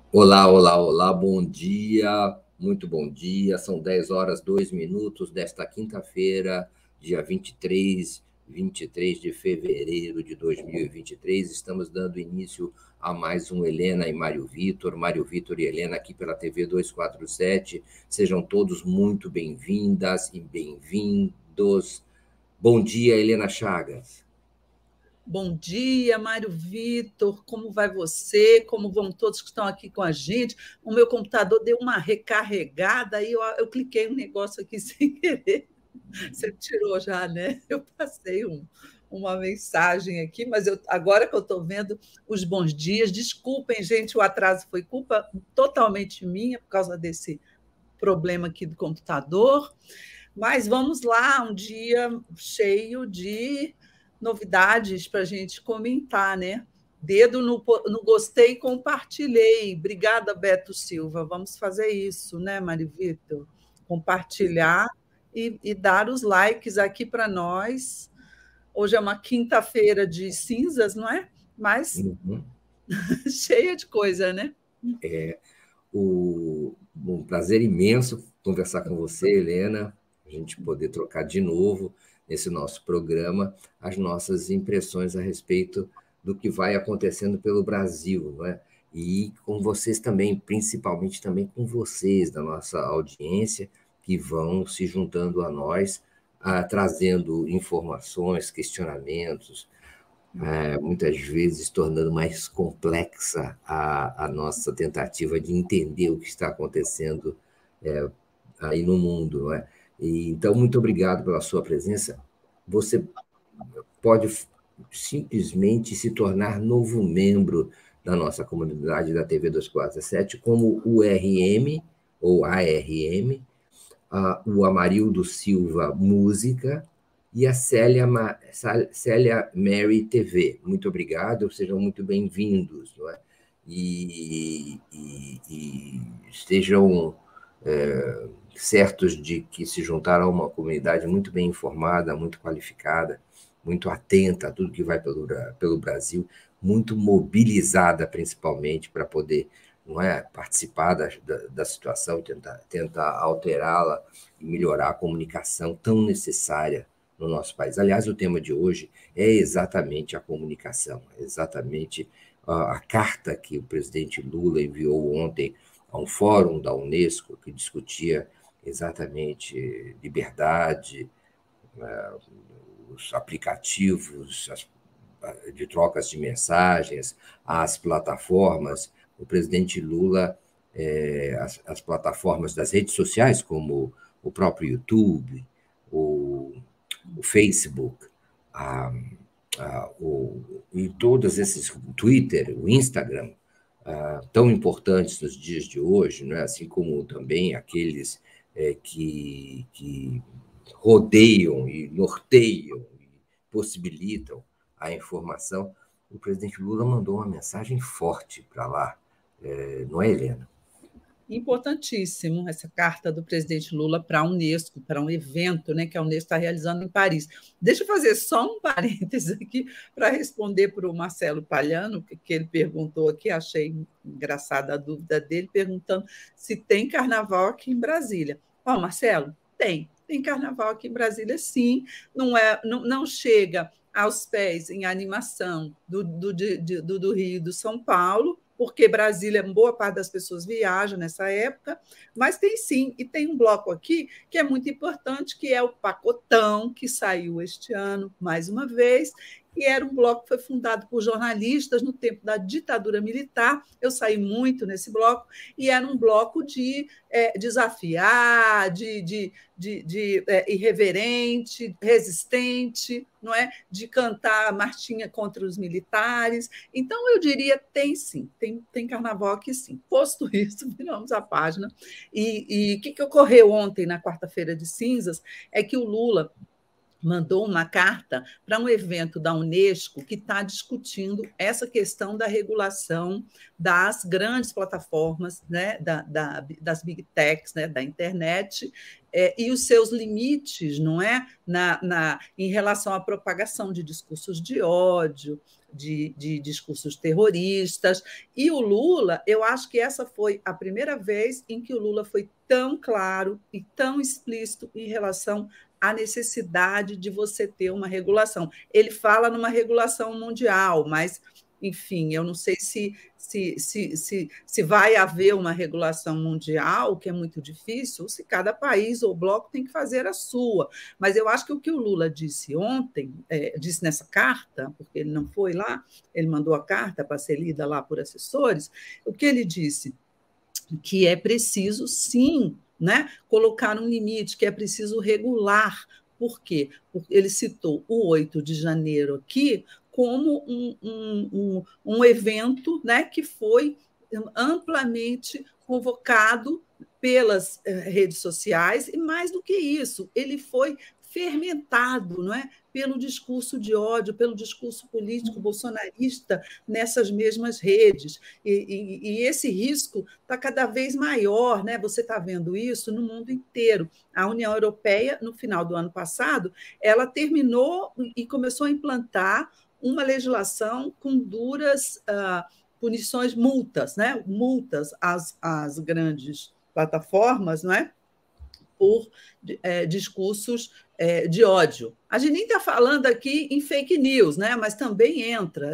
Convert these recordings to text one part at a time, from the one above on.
Olá, olá, olá, bom dia, muito bom dia. São 10 horas 2 minutos desta quinta-feira, dia 23 de fevereiro de 2023. Estamos dando início a mais um Helena e Mário Vitor e Helena aqui pela TV 247. Sejam todos muito bem-vindas e bem-vindos. Bom dia, Helena Chagas. Bom dia, Mário Vitor. Como vai você? Como vão todos que estão aqui com a gente? O meu computador deu uma recarregada e eu cliquei um negócio aqui sem querer. Você tirou já, né? Eu passei uma mensagem aqui, mas agora que eu estou vendo os bons dias, desculpem, gente, o atraso foi culpa totalmente minha por causa desse problema aqui do computador. Mas vamos lá, um dia cheio de novidades para a gente comentar, né? Dedo no gostei e compartilhei. Obrigada, Beto Silva. Vamos fazer isso, né, Mário Vitor? Compartilhar e dar os likes aqui para nós. Hoje é uma quinta-feira de cinzas, não é? Mas cheia de coisa, né? Um prazer imenso conversar com você, Helena, a gente poder trocar de novo nesse nosso programa as nossas impressões a respeito do que vai acontecendo pelo Brasil, não é? E com vocês também, principalmente também com vocês da nossa audiência, que vão se juntando a nós, trazendo informações, questionamentos, muitas vezes tornando mais complexa a nossa tentativa de entender o que está acontecendo aí no mundo. Não é? Então, muito obrigado pela sua presença. Você pode simplesmente se tornar novo membro da nossa comunidade da TV 247 como URM ou ARM, o Amarildo Silva Música e a Célia Mary TV. Muito obrigado, sejam muito bem-vindos. Não é? E estejam certos de que se juntaram a uma comunidade muito bem informada, muito qualificada, muito atenta a tudo que vai pelo Brasil, muito mobilizada principalmente para poder não é, participar da situação, tentar alterá-la e melhorar a comunicação tão necessária no nosso país. Aliás, o tema de hoje é exatamente a comunicação, exatamente a carta que o presidente Lula enviou ontem a um fórum da Unesco que discutia exatamente liberdade, os aplicativos de trocas de mensagens, as plataformas. O presidente Lula, as plataformas das redes sociais, como o próprio YouTube, o Facebook, e todos esses, o Twitter, o Instagram, tão importantes nos dias de hoje, não é? Assim como também aqueles que rodeiam e norteiam e possibilitam a informação. O presidente Lula mandou uma mensagem forte para lá, não é, Helena? Importantíssimo essa carta do presidente Lula para a Unesco, para um evento, né, que a Unesco está realizando em Paris. Deixa eu fazer só um parênteses aqui para responder para o Marcelo Palhano, que ele perguntou aqui, achei engraçada a dúvida dele, perguntando se tem carnaval aqui em Brasília. Ó, Marcelo, tem carnaval aqui em Brasília, sim, não chega aos pés em animação do Rio e do São Paulo, porque Brasília, boa parte das pessoas viaja nessa época, mas tem sim, e tem um bloco aqui que é muito importante, que é o Pacotão, que saiu este ano, mais uma vez, e era um bloco que foi fundado por jornalistas no tempo da ditadura militar. Eu saí muito nesse bloco, e era um bloco de desafiar, de irreverente, resistente, não é? De cantar a marchinha contra os militares. Então, eu diria, tem sim, tem carnaval aqui sim. Posto isso, viramos a página. E o que ocorreu ontem, na quarta-feira de cinzas, é que o Lula mandou uma carta para um evento da Unesco que está discutindo essa questão da regulação das grandes plataformas, né, das big techs, né, da internet, e os seus limites, não é, em relação à propagação de discursos de ódio, de discursos terroristas. E o Lula, eu acho que essa foi a primeira vez em que o Lula foi tão claro e tão explícito em relação a necessidade de você ter uma regulação. Ele fala numa regulação mundial, mas, enfim, eu não sei se vai haver uma regulação mundial, que é muito difícil, ou se cada país ou bloco tem que fazer a sua. Mas eu acho que o que o Lula disse ontem, disse nessa carta, porque ele não foi lá, ele mandou a carta para ser lida lá por assessores, o que ele disse? Que é preciso, sim, né, colocar um limite, que é preciso regular. Por quê? Porque ele citou o 8 de janeiro aqui como um evento, né, que foi amplamente convocado pelas redes sociais, e mais do que isso, ele foi fermentado, não é, pelo discurso de ódio, pelo discurso político bolsonarista nessas mesmas redes. E esse risco está cada vez maior, né? Você está vendo isso no mundo inteiro. A União Europeia, no final do ano passado, ela terminou e começou a implantar uma legislação com duras punições, multas, né? Multas às grandes plataformas, não é? Por discursos de ódio. A gente nem está falando aqui em fake news, né? Mas também entra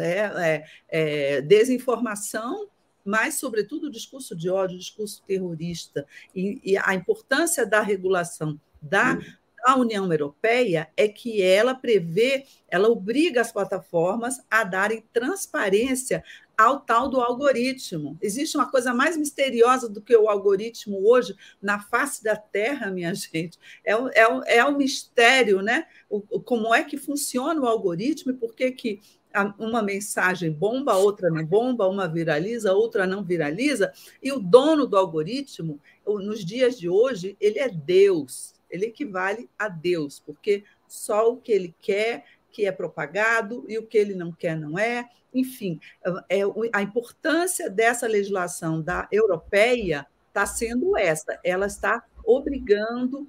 desinformação, mas, sobretudo, o discurso de ódio, o discurso terrorista. E a importância da regulação da União Europeia é que ela prevê, ela obriga as plataformas a darem transparência ao tal do algoritmo. Existe uma coisa mais misteriosa do que o algoritmo hoje na face da Terra, minha gente. É um mistério, né? Como é que funciona o algoritmo e por que uma mensagem bomba, outra não bomba, uma viraliza, outra não viraliza. E o dono do algoritmo, nos dias de hoje, ele é Deus, ele equivale a Deus, porque só o que ele quer que é propagado e o que ele não quer não é. Enfim, a importância dessa legislação da europeia está sendo essa, ela está obrigando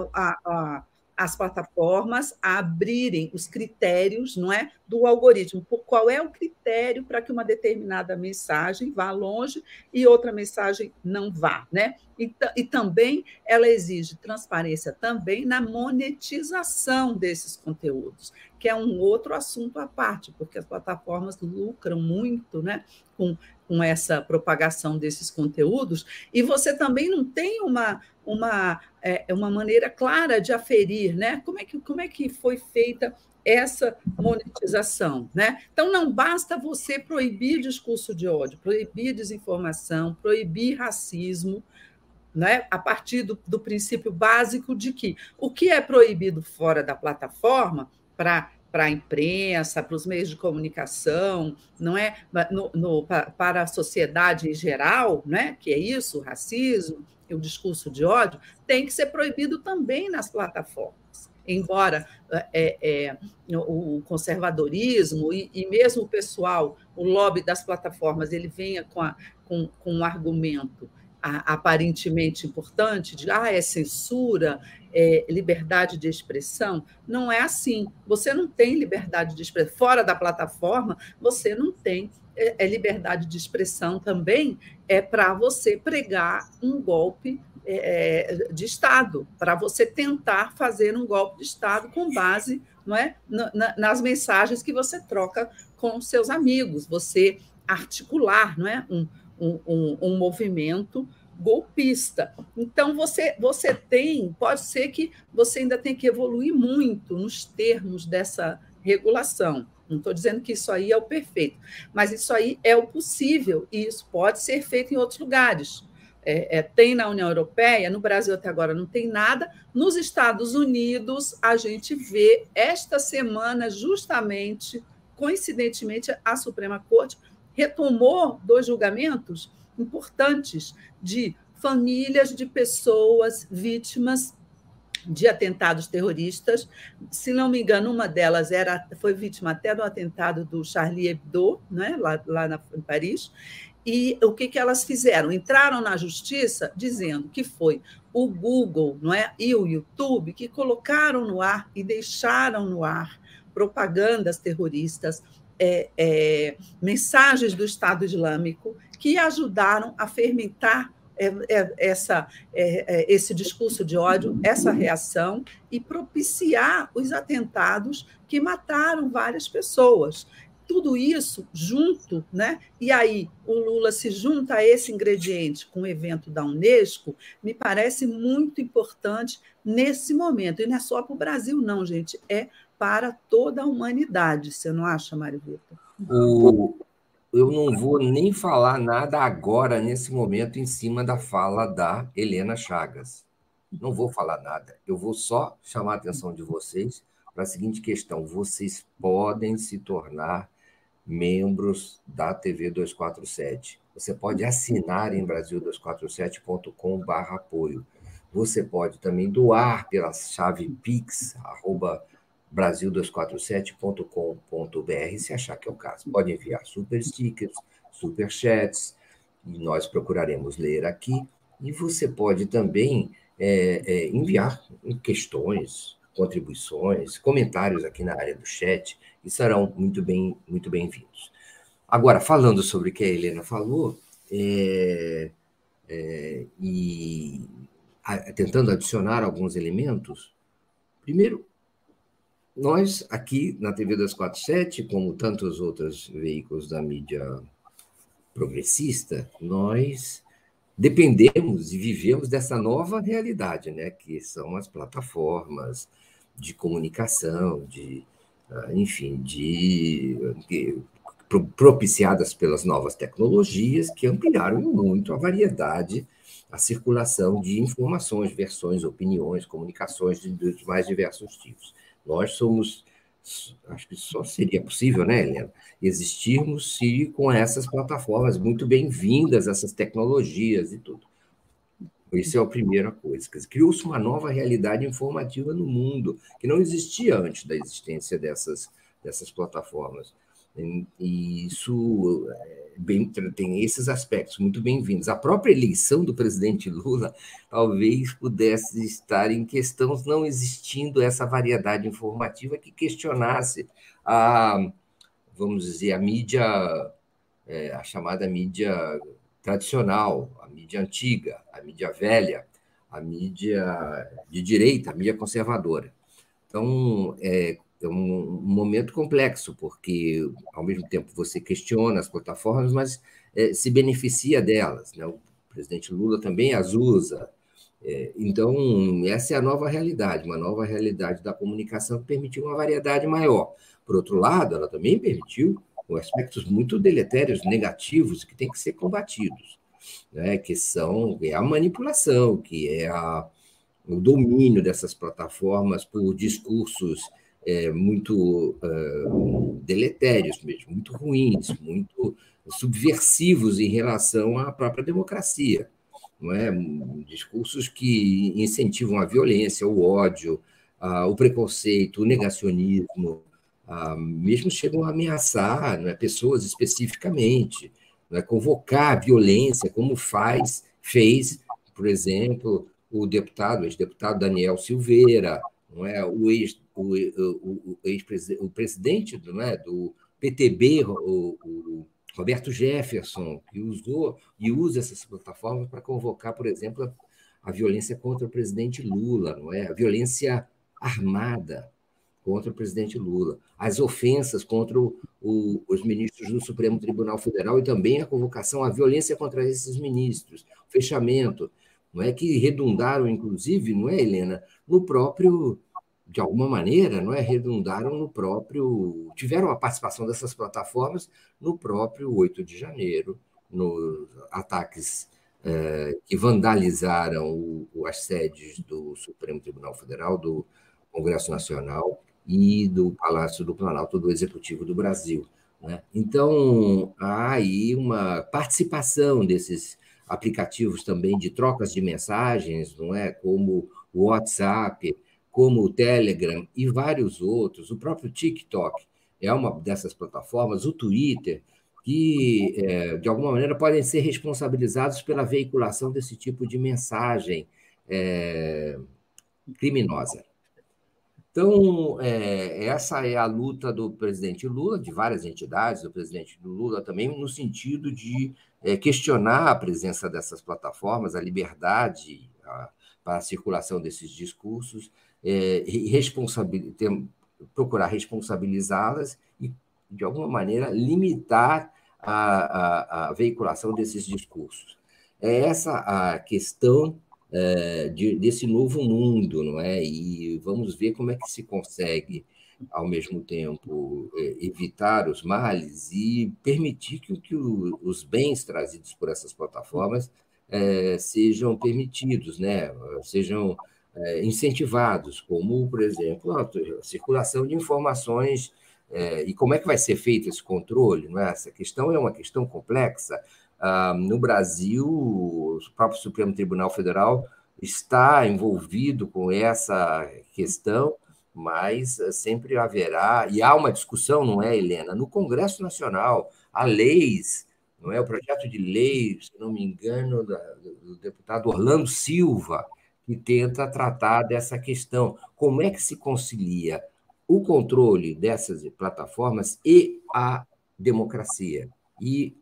as plataformas a abrirem os critérios, não é, do algoritmo. Qual é o critério para que uma determinada mensagem vá longe e outra mensagem não vá, né? E também ela exige transparência também na monetização desses conteúdos, que é um outro assunto à parte, porque as plataformas lucram muito, né, com essa propagação desses conteúdos, e você também não tem uma maneira clara de aferir, né, como é que foi feita essa monetização, né? Então, não basta você proibir discurso de ódio, proibir desinformação, proibir racismo, né, a partir do princípio básico de que o que é proibido fora da plataforma, para a imprensa, para os meios de comunicação, não é, para a sociedade em geral, né, que é isso, o racismo e o discurso de ódio, tem que ser proibido também nas plataformas. Embora o conservadorismo e mesmo o pessoal, o lobby das plataformas, ele venha com um argumento aparentemente importante, de é censura, é liberdade de expressão. Não é assim. Você não tem liberdade de expressão. Fora da plataforma, você não tem liberdade de expressão também, para você pregar um golpe de Estado, para você tentar fazer um golpe de Estado com base, não é, nas mensagens que você troca com seus amigos, você articular, não é, um movimento golpista. Então, você tem, pode ser que você ainda tenha que evoluir muito nos termos dessa regulação. Não estou dizendo que isso aí é o perfeito, mas isso aí é o possível, e isso pode ser feito em outros lugares. Tem na União Europeia, no Brasil até agora não tem nada. Nos Estados Unidos, a gente vê esta semana, justamente, coincidentemente, a Suprema Corte retomou 2 julgamentos importantes de famílias de pessoas vítimas de atentados terroristas. Se não me engano, uma delas foi vítima até do atentado do Charlie Hebdo, né, em Paris. E o que elas fizeram? Entraram na justiça dizendo que foi o Google, não é, e o YouTube que colocaram no ar e deixaram no ar propagandas terroristas, mensagens do Estado Islâmico que ajudaram a fermentar esse discurso de ódio, essa reação, e propiciar os atentados que mataram várias pessoas. Tudo isso junto, né? E aí o Lula se junta a esse ingrediente com o evento da Unesco, me parece muito importante nesse momento. E não é só para o Brasil, não, gente, é para toda a humanidade. Você não acha, Mário Vitor? Eu não vou nem falar nada agora, nesse momento, em cima da fala da Helena Chagas. Não vou falar nada. Eu vou só chamar a atenção de vocês para a seguinte questão: vocês podem se tornar membros da TV 247. Você pode assinar em brasil247.com/apoio. Você pode também doar pela chave Pix, @brasil247.com.br, se achar que é o caso. Pode enviar super stickers, super chats, e nós procuraremos ler aqui. E você pode também enviar questões, contribuições, comentários aqui na área do chat, e serão muito bem-vindos. Agora, falando sobre o que a Helena falou, e tentando adicionar alguns elementos, primeiro, nós aqui na TV 247, como tantos outros veículos da mídia progressista, nós dependemos e vivemos dessa nova realidade, né, que são as plataformas de comunicação, propiciadas pelas novas tecnologias, que ampliaram muito a variedade, a circulação de informações, versões, opiniões, comunicações dos mais diversos tipos. Nós somos, acho que só seria possível, né, Helena, existirmos se com essas plataformas muito bem-vindas, essas tecnologias e tudo. Isso é a primeira coisa. Criou-se uma nova realidade informativa no mundo, que não existia antes da existência dessas plataformas. E isso tem esses aspectos muito bem-vindos. A própria eleição do presidente Lula talvez pudesse estar em questão, não existindo essa variedade informativa que questionasse vamos dizer, a mídia, a chamada mídia tradicional, a mídia antiga, a mídia velha, a mídia de direita, a mídia conservadora. Então, é um momento complexo, porque, ao mesmo tempo, você questiona as plataformas, mas se beneficia delas, né? O presidente Lula também as usa. Então, essa é a nova realidade, uma nova realidade da comunicação que permitiu uma variedade maior. Por outro lado, ela também permitiu aspectos muito deletérios, negativos, que têm que ser combatidos, né? Que são a manipulação, que é o domínio dessas plataformas por discursos muito deletérios mesmo, muito ruins, muito subversivos em relação à própria democracia, não é? Discursos que incentivam a violência, o ódio, o preconceito, o negacionismo, mesmo chegam a ameaçar, não é, pessoas especificamente, não é, convocar a violência, como fez, por exemplo, o ex-deputado Daniel Silveira, não é, o presidente, não é, do PTB, o Roberto Jefferson, que usou e usa essas plataformas para convocar, por exemplo, a violência contra o presidente Lula, não é? A violência armada contra o presidente Lula, as ofensas contra os ministros do Supremo Tribunal Federal e também a convocação à violência contra esses ministros, o fechamento, não é, que redundaram, inclusive, não é, Helena, no próprio, de alguma maneira, não é, redundaram no próprio, tiveram a participação dessas plataformas no próprio 8 de janeiro, nos ataques que vandalizaram as sedes do Supremo Tribunal Federal, do Congresso Nacional e do Palácio do Planalto do Executivo do Brasil, né? Então, há aí uma participação desses aplicativos também de trocas de mensagens, não é? Como o WhatsApp, como o Telegram e vários outros, o próprio TikTok é uma dessas plataformas, o Twitter, que, de alguma maneira, podem ser responsabilizados pela veiculação desse tipo de mensagem criminosa. Então, essa é a luta do presidente Lula, de várias entidades, do presidente Lula também, no sentido de questionar a presença dessas plataformas, a liberdade para a circulação desses discursos, e procurar responsabilizá-las e, de alguma maneira, limitar a veiculação desses discursos. É essa a questão desse novo mundo, não é? E vamos ver como é que se consegue, ao mesmo tempo, evitar os males e permitir que os bens trazidos por essas plataformas sejam permitidos, né? Sejam incentivados, como, por exemplo, a circulação de informações. E como é que vai ser feito esse controle? Não é? Essa questão é uma questão complexa. No Brasil, o próprio Supremo Tribunal Federal está envolvido com essa questão, mas sempre haverá, e há uma discussão, não é, Helena? No Congresso Nacional, há leis, não é? O projeto de lei, se não me engano, do deputado Orlando Silva, que tenta tratar dessa questão. Como é que se concilia o controle dessas plataformas e a democracia, e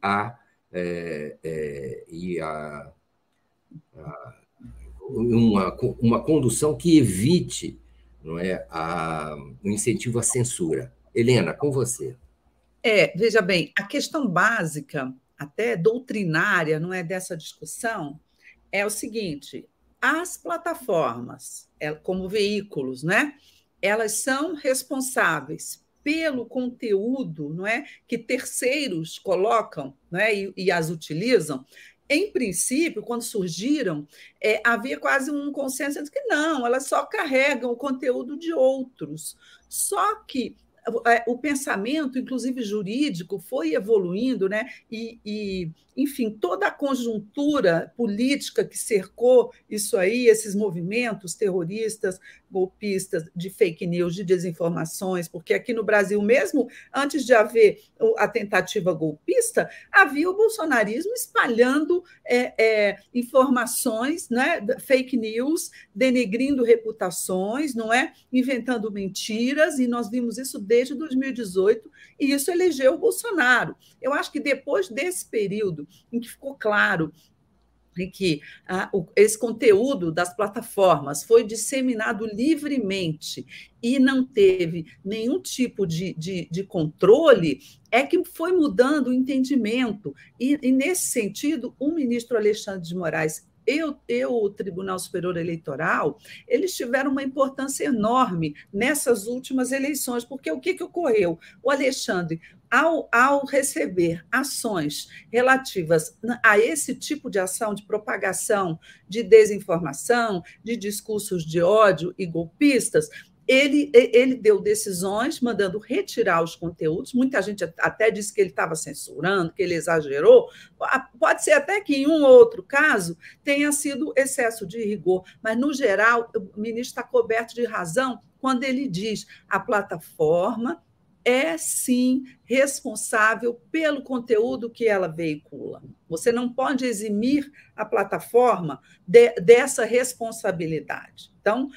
uma condução que evite, não é, o incentivo à censura. Helena, com você. Veja bem, a questão básica, até doutrinária, não é, dessa discussão, é o seguinte: as plataformas, como veículos, né, elas são responsáveis pelo conteúdo, não é, que terceiros colocam, não é, e as utilizam. Em princípio, quando surgiram, havia quase um consenso de que não, elas só carregam o conteúdo de outros. Só que o pensamento, inclusive jurídico, foi evoluindo, né? Enfim, toda a conjuntura política que cercou isso aí, esses movimentos terroristas, golpistas, de fake news, de desinformações, porque aqui no Brasil mesmo, antes de haver a tentativa golpista, havia o bolsonarismo espalhando informações, né? Fake news, denegrindo reputações, não é? Inventando mentiras, e nós vimos isso desde 2018, e isso elegeu o Bolsonaro. Eu acho que depois desse período em que ficou claro em que esse conteúdo das plataformas foi disseminado livremente e não teve nenhum tipo de controle, é que foi mudando o entendimento. E, nesse sentido, o ministro Alexandre de Moraes o Tribunal Superior Eleitoral, eles tiveram uma importância enorme nessas últimas eleições, porque o que ocorreu? O Alexandre, ao receber ações relativas a esse tipo de ação de propagação de desinformação, de discursos de ódio e golpistas, ele deu decisões mandando retirar os conteúdos. Muita gente até disse que ele estava censurando, que ele exagerou. Pode ser até que, em um ou outro caso, tenha sido excesso de rigor, mas, no geral, o ministro está coberto de razão quando ele diz que a plataforma é, sim, responsável pelo conteúdo que ela veicula. Você não pode eximir a plataforma dessa responsabilidade. Então,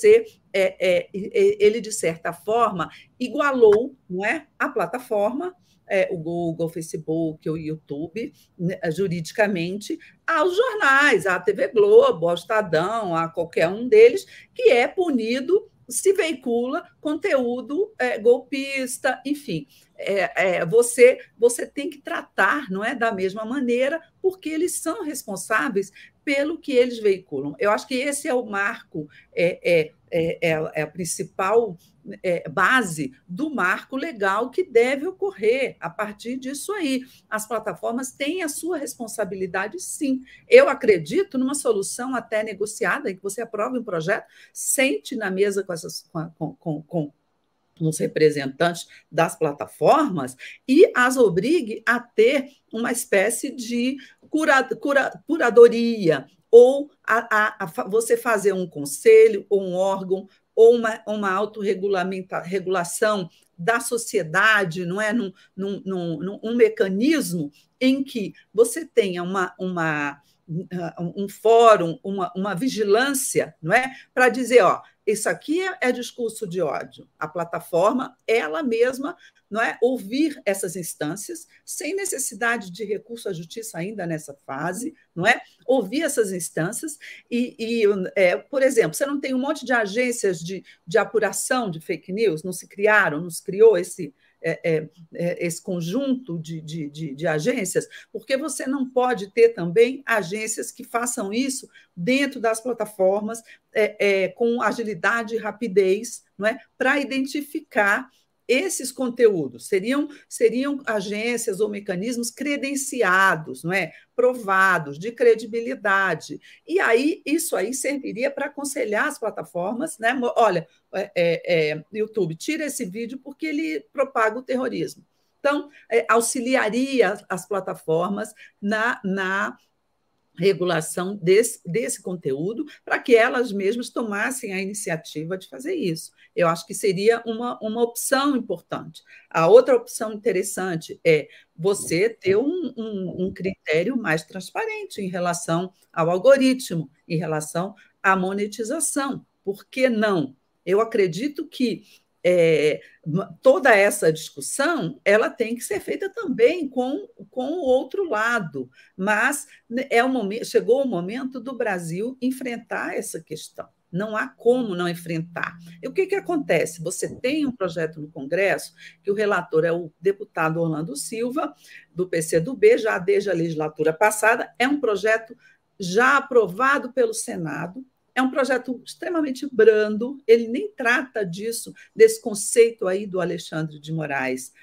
ele, de certa forma, igualou, não é, a plataforma, o Google, o Facebook, o YouTube, juridicamente, aos jornais, à TV Globo, ao Estadão, a qualquer um deles, que é punido se veicula conteúdo golpista, enfim. Você tem que tratar, não é, da mesma maneira, porque eles são responsáveis pelo que eles veiculam. Eu acho que esse é o marco, a principal base do marco legal que deve ocorrer a partir disso aí. As plataformas têm a sua responsabilidade, sim. Eu acredito numa solução até negociada, em que você aprove um projeto, sente na mesa com os representantes das plataformas e as obrigue a ter uma espécie de curadoria, ou você fazer um conselho, ou um órgão, ou uma autorregulação da sociedade, não é? Um mecanismo em que você tenha um fórum, uma vigilância, não é? Para dizer, ó, isso aqui é discurso de ódio. A plataforma, ela mesma, não é, ouvir essas instâncias, sem necessidade de recurso à justiça ainda nessa fase, não é? Ouvir essas instâncias por exemplo, você não tem um monte de agências de apuração de fake news, não se criou esse conjunto de agências, porque você não pode ter também agências que façam isso dentro das plataformas com agilidade e rapidez, não é? Para identificar esses conteúdos. Seriam agências ou mecanismos credenciados, não é? Provados, de credibilidade. E aí, isso aí serviria para aconselhar as plataformas, né? Olha, YouTube, tira esse vídeo porque ele propaga o terrorismo. Então, auxiliaria as plataformas na regulação desse conteúdo, para que elas mesmas tomassem a iniciativa de fazer isso. Eu acho que seria uma opção importante. A outra opção interessante é você ter um critério mais transparente em relação ao algoritmo, em relação à monetização. Por que não? Eu acredito que toda essa discussão ela tem que ser feita também com o outro lado, mas chegou o momento do Brasil enfrentar essa questão. Não há como não enfrentar. E o que acontece? Você tem um projeto no Congresso, que o relator é o deputado Orlando Silva, do PCdoB, já desde a legislatura passada, é um projeto já aprovado pelo Senado. É um projeto extremamente brando, ele nem trata desse conceito aí do Alexandre de Moraes,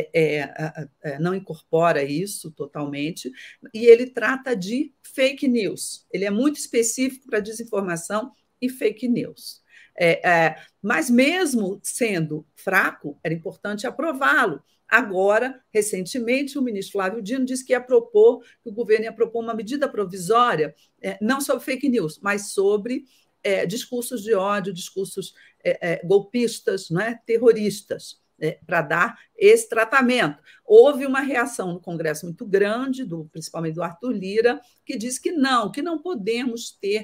não incorpora isso totalmente, e ele trata de fake news. Ele é muito específico para desinformação e fake news. Mas, mesmo sendo fraco, era importante aprová-lo. Agora, recentemente, o ministro Flávio Dino disse que o governo ia propor uma medida provisória, não sobre fake news, mas sobre discursos de ódio, discursos golpistas, não é? Terroristas, para dar esse tratamento. Houve uma reação no Congresso muito grande, principalmente do Arthur Lira, que disse que não podemos ter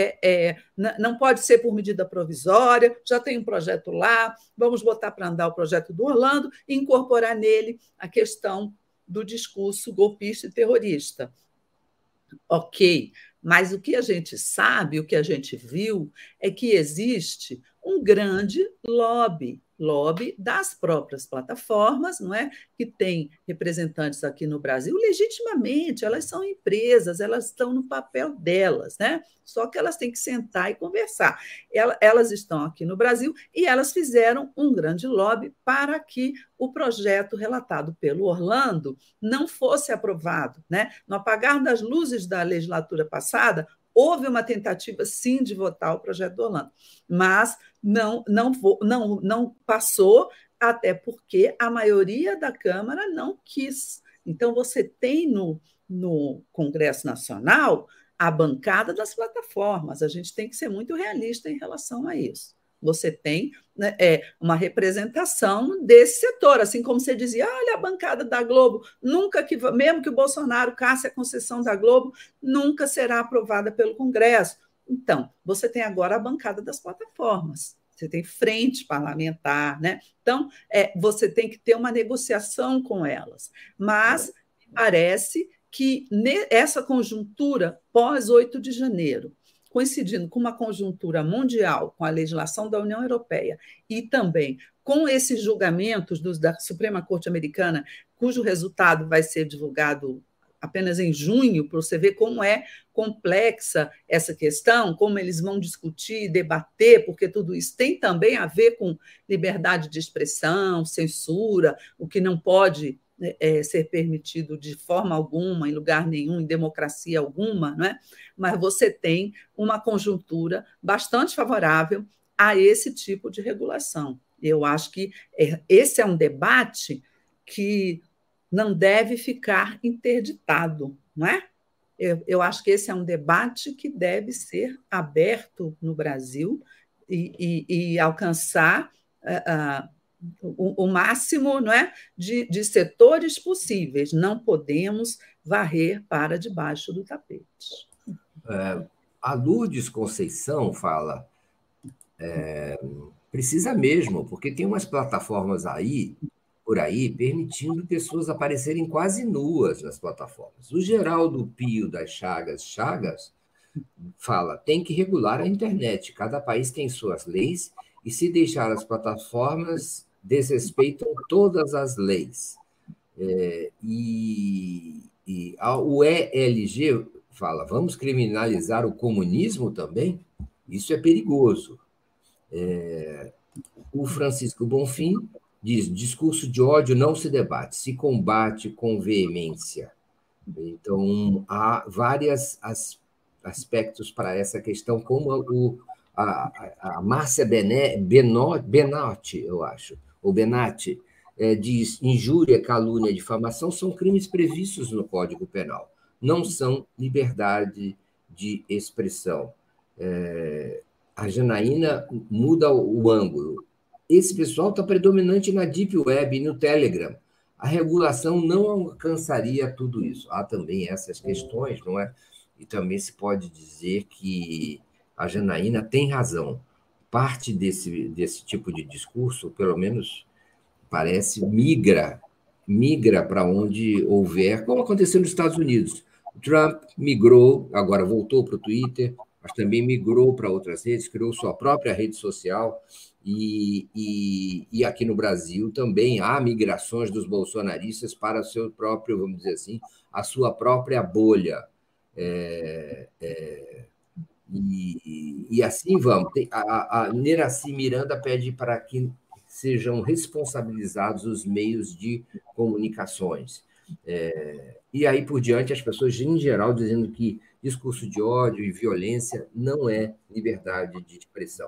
não pode ser por medida provisória, já tem um projeto lá, vamos botar para andar o projeto do Orlando e incorporar nele a questão do discurso golpista e terrorista. Ok, mas o que a gente sabe, o que a gente viu, é que existe um grande lobby das próprias plataformas, não é? Que tem representantes aqui no Brasil, legitimamente, elas são empresas, elas estão no papel delas, né? Só que elas têm que sentar e conversar. Elas estão aqui no Brasil e elas fizeram um grande lobby para que o projeto relatado pelo Orlando não fosse aprovado, né? No apagar das luzes da legislatura passada, houve uma tentativa, sim, de votar o projeto do Orlando, mas não passou, até porque a maioria da Câmara não quis. Então, você tem no Congresso Nacional a bancada das plataformas. A gente tem que ser muito realista em relação a isso. Você tem, né, uma representação desse setor, assim como você dizia, olha a bancada da Globo, mesmo que o Bolsonaro casse a concessão da Globo, nunca será aprovada pelo Congresso. Então, você tem agora a bancada das plataformas, você tem frente parlamentar, né? Então, você tem que ter uma negociação com elas. Mas parece que essa conjuntura pós-8 de janeiro, coincidindo com uma conjuntura mundial, com a legislação da União Europeia e também com esses julgamentos da Suprema Corte Americana, cujo resultado vai ser divulgado apenas em junho, para você ver como é complexa essa questão, como eles vão discutir, debater, porque tudo isso tem também a ver com liberdade de expressão, censura, o que não pode ser permitido de forma alguma, em lugar nenhum, em democracia alguma, não é? Mas você tem uma conjuntura bastante favorável a esse tipo de regulação. Eu acho que esse é um debate que não deve ficar interditado, não é? Eu acho que esse é um debate que deve ser aberto no Brasil e alcançar o máximo, não é, de setores possíveis. Não podemos varrer para debaixo do tapete. A Lourdes Conceição fala, precisa mesmo, porque tem umas plataformas por aí, permitindo pessoas aparecerem quase nuas nas plataformas. O Geraldo Pio das Chagas fala, tem que regular a internet, cada país tem suas leis, e se deixar as plataformas, desrespeitam todas as leis. O ELG fala, vamos criminalizar o comunismo também? Isso é perigoso. O Francisco Bonfim diz, discurso de ódio não se debate, se combate com veemência. Então, há vários aspectos para essa questão, como a Márcia Benatti, eu acho, ou Benatti, diz, injúria, calúnia e difamação são crimes previstos no Código Penal, não são liberdade de expressão. A Janaína muda o ângulo. Esse pessoal está predominante na Deep Web e no Telegram. A regulação não alcançaria tudo isso. Há também essas questões, não é? E também se pode dizer que a Janaína tem razão. Parte desse tipo de discurso, pelo menos parece, migra para onde houver, como aconteceu nos Estados Unidos. O Trump migrou, agora voltou para o Twitter, mas também migrou para outras redes, criou sua própria rede social, e aqui no Brasil também há migrações dos bolsonaristas para o seu próprio, vamos dizer assim, a sua própria bolha. E assim vamos. A Neraci Miranda pede para que sejam responsabilizados os meios de comunicações. E aí por diante, as pessoas, em geral, dizendo que discurso de ódio e violência não é liberdade de expressão.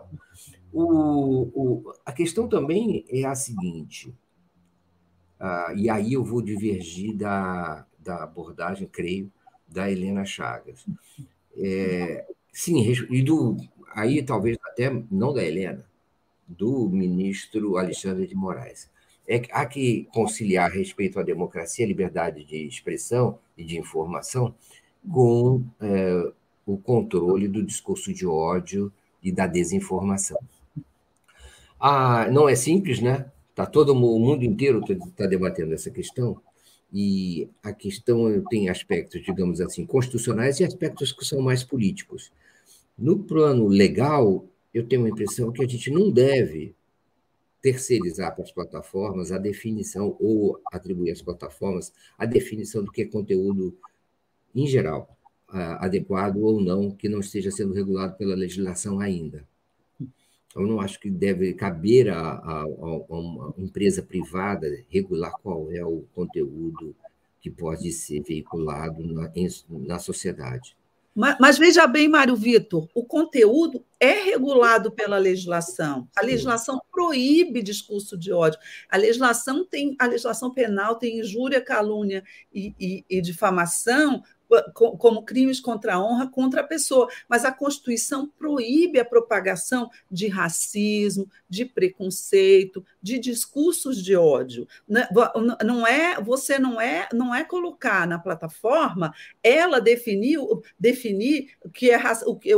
A questão também é a seguinte, e aí eu vou divergir da abordagem, creio, da Helena Chagas. Sim, aí talvez até não da Helena, do ministro Alexandre de Moraes. Há que conciliar respeito à democracia, à liberdade de expressão e de informação com o controle do discurso de ódio e da desinformação. Não é simples, né? Todo o mundo inteiro está debatendo essa questão, e a questão tem aspectos, digamos assim, constitucionais e aspectos que são mais políticos. No plano legal, eu tenho a impressão que a gente não deve terceirizar para as plataformas a definição, ou atribuir às plataformas a definição do que é conteúdo em geral, adequado ou não, que não esteja sendo regulado pela legislação ainda. Eu não acho que deve caber a uma empresa privada regular qual é o conteúdo que pode ser veiculado na sociedade. Mas veja bem, Mário Vitor, o conteúdo é regulado pela legislação. A legislação proíbe discurso de ódio. A legislação penal tem injúria, calúnia e difamação como crimes contra a honra, contra a pessoa. Mas a Constituição proíbe a propagação de racismo, de preconceito, de discursos de ódio. Você não é colocar na plataforma ela definir o que é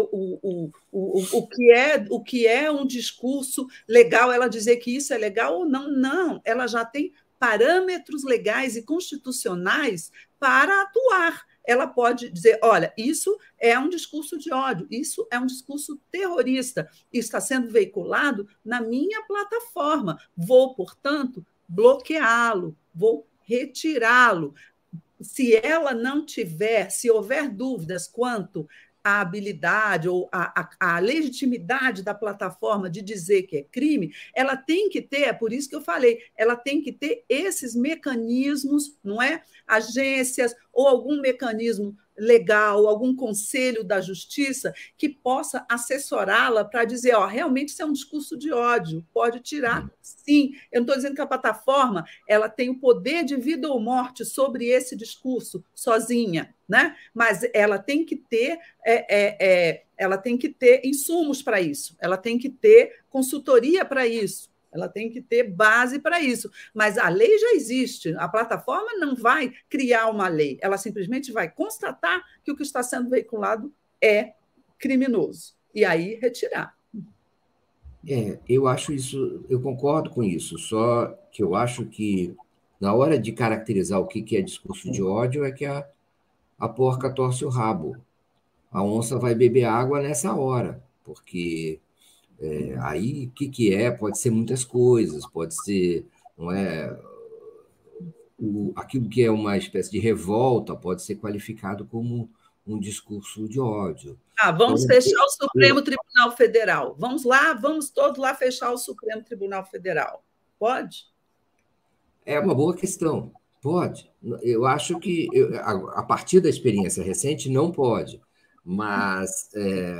o que é um discurso legal, ela dizer que isso é legal ou não. Não, ela já tem parâmetros legais e constitucionais para atuar. Ela pode dizer, olha, isso é um discurso de ódio, isso é um discurso terrorista, está sendo veiculado na minha plataforma. Vou, portanto, bloqueá-lo, vou retirá-lo. Se houver dúvidas quanto à habilidade ou à legitimidade da plataforma de dizer que é crime, ela tem que ter, é por isso que eu falei, ela tem que ter esses mecanismos, não é? Agências ou algum mecanismo legal, algum conselho da justiça que possa assessorá-la para dizer, ó, realmente isso é um discurso de ódio, pode tirar, sim. Eu não estou dizendo que a plataforma ela tem o poder de vida ou morte sobre esse discurso sozinha, né? Mas ela tem que ter ela tem que ter insumos para isso, ela tem que ter consultoria para isso, ela tem que ter base para isso. Mas a lei já existe, a plataforma não vai criar uma lei, ela simplesmente vai constatar que o que está sendo veiculado é criminoso, e aí retirar. Eu acho isso, eu concordo com isso, só que eu acho que na hora de caracterizar o que é discurso de ódio é que a porca torce o rabo. A onça vai beber água nessa hora, porque aí o que é? Pode ser muitas coisas, pode ser, não é, aquilo que é uma espécie de revolta pode ser qualificado como um discurso de ódio. Vamos fechar o Supremo Tribunal Federal. Vamos lá, vamos todos lá fechar o Supremo Tribunal Federal. Pode? É uma boa questão. Pode. Eu acho que, a partir da experiência recente, não pode. Mas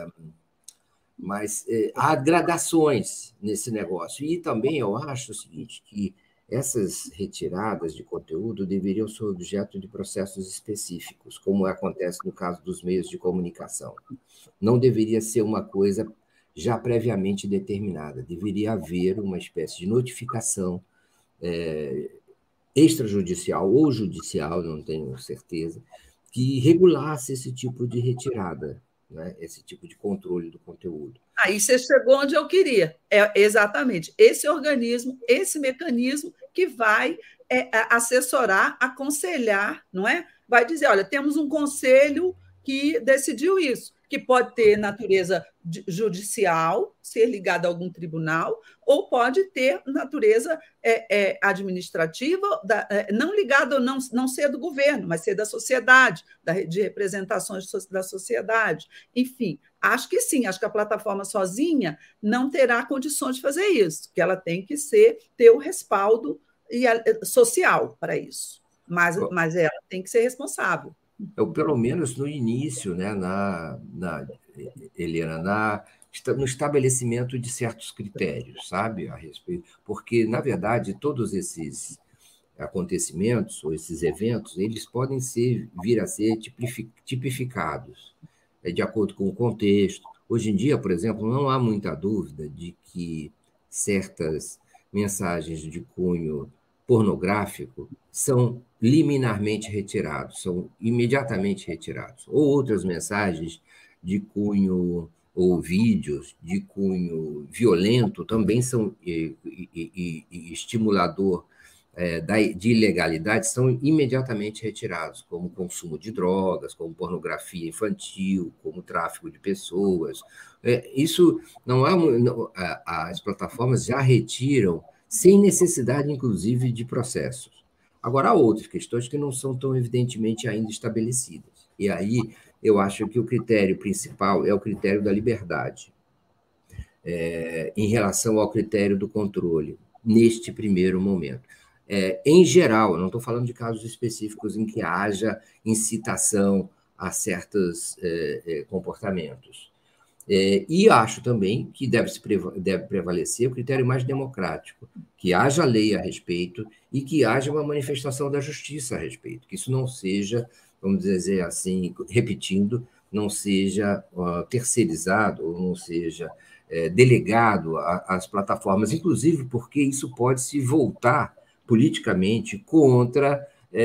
há gradações nesse negócio. E também eu acho o seguinte, que essas retiradas de conteúdo deveriam ser objeto de processos específicos, como acontece no caso dos meios de comunicação. Não deveria ser uma coisa já previamente determinada. Deveria haver uma espécie de notificação extrajudicial ou judicial, não tenho certeza, que regulasse esse tipo de retirada, né? Esse tipo de controle do conteúdo. Aí você chegou onde eu queria. É exatamente esse organismo, esse mecanismo que vai assessorar, aconselhar, não é? Vai dizer, olha, temos um conselho que decidiu isso, que pode ter natureza judicial, ser ligado a algum tribunal, ou pode ter natureza administrativa, não ligado, não ser do governo, mas ser da sociedade, de representações da sociedade. Enfim, acho que sim, acho que a plataforma sozinha não terá condições de fazer isso, que ela tem que ter o respaldo social para isso, mas ela tem que ser responsável. Pelo menos no início, né, Helena, no estabelecimento de certos critérios, sabe, a respeito, porque, na verdade, todos esses acontecimentos ou esses eventos, eles podem vir a ser tipificados de acordo com o contexto. Hoje em dia, por exemplo, não há muita dúvida de que certas mensagens de cunho pornográfico são liminarmente retirados, são imediatamente retirados. Ou outras mensagens de cunho ou vídeos de cunho violento também são estimulador de ilegalidade são imediatamente retirados, como consumo de drogas, como pornografia infantil, como tráfico de pessoas. Isso não há, as plataformas já retiram sem necessidade, inclusive, de processos. Agora, há outras questões que não são tão evidentemente ainda estabelecidas. E aí eu acho que o critério principal é o critério da liberdade, em relação ao critério do controle, neste primeiro momento. Em geral, eu não estou falando de casos específicos em que haja incitação a certos comportamentos. E acho também que deve prevalecer o critério mais democrático, que haja lei a respeito e que haja uma manifestação da justiça a respeito, que isso não seja, vamos dizer assim, repetindo, não seja terceirizado ou não seja delegado às plataformas, inclusive porque isso pode se voltar politicamente contra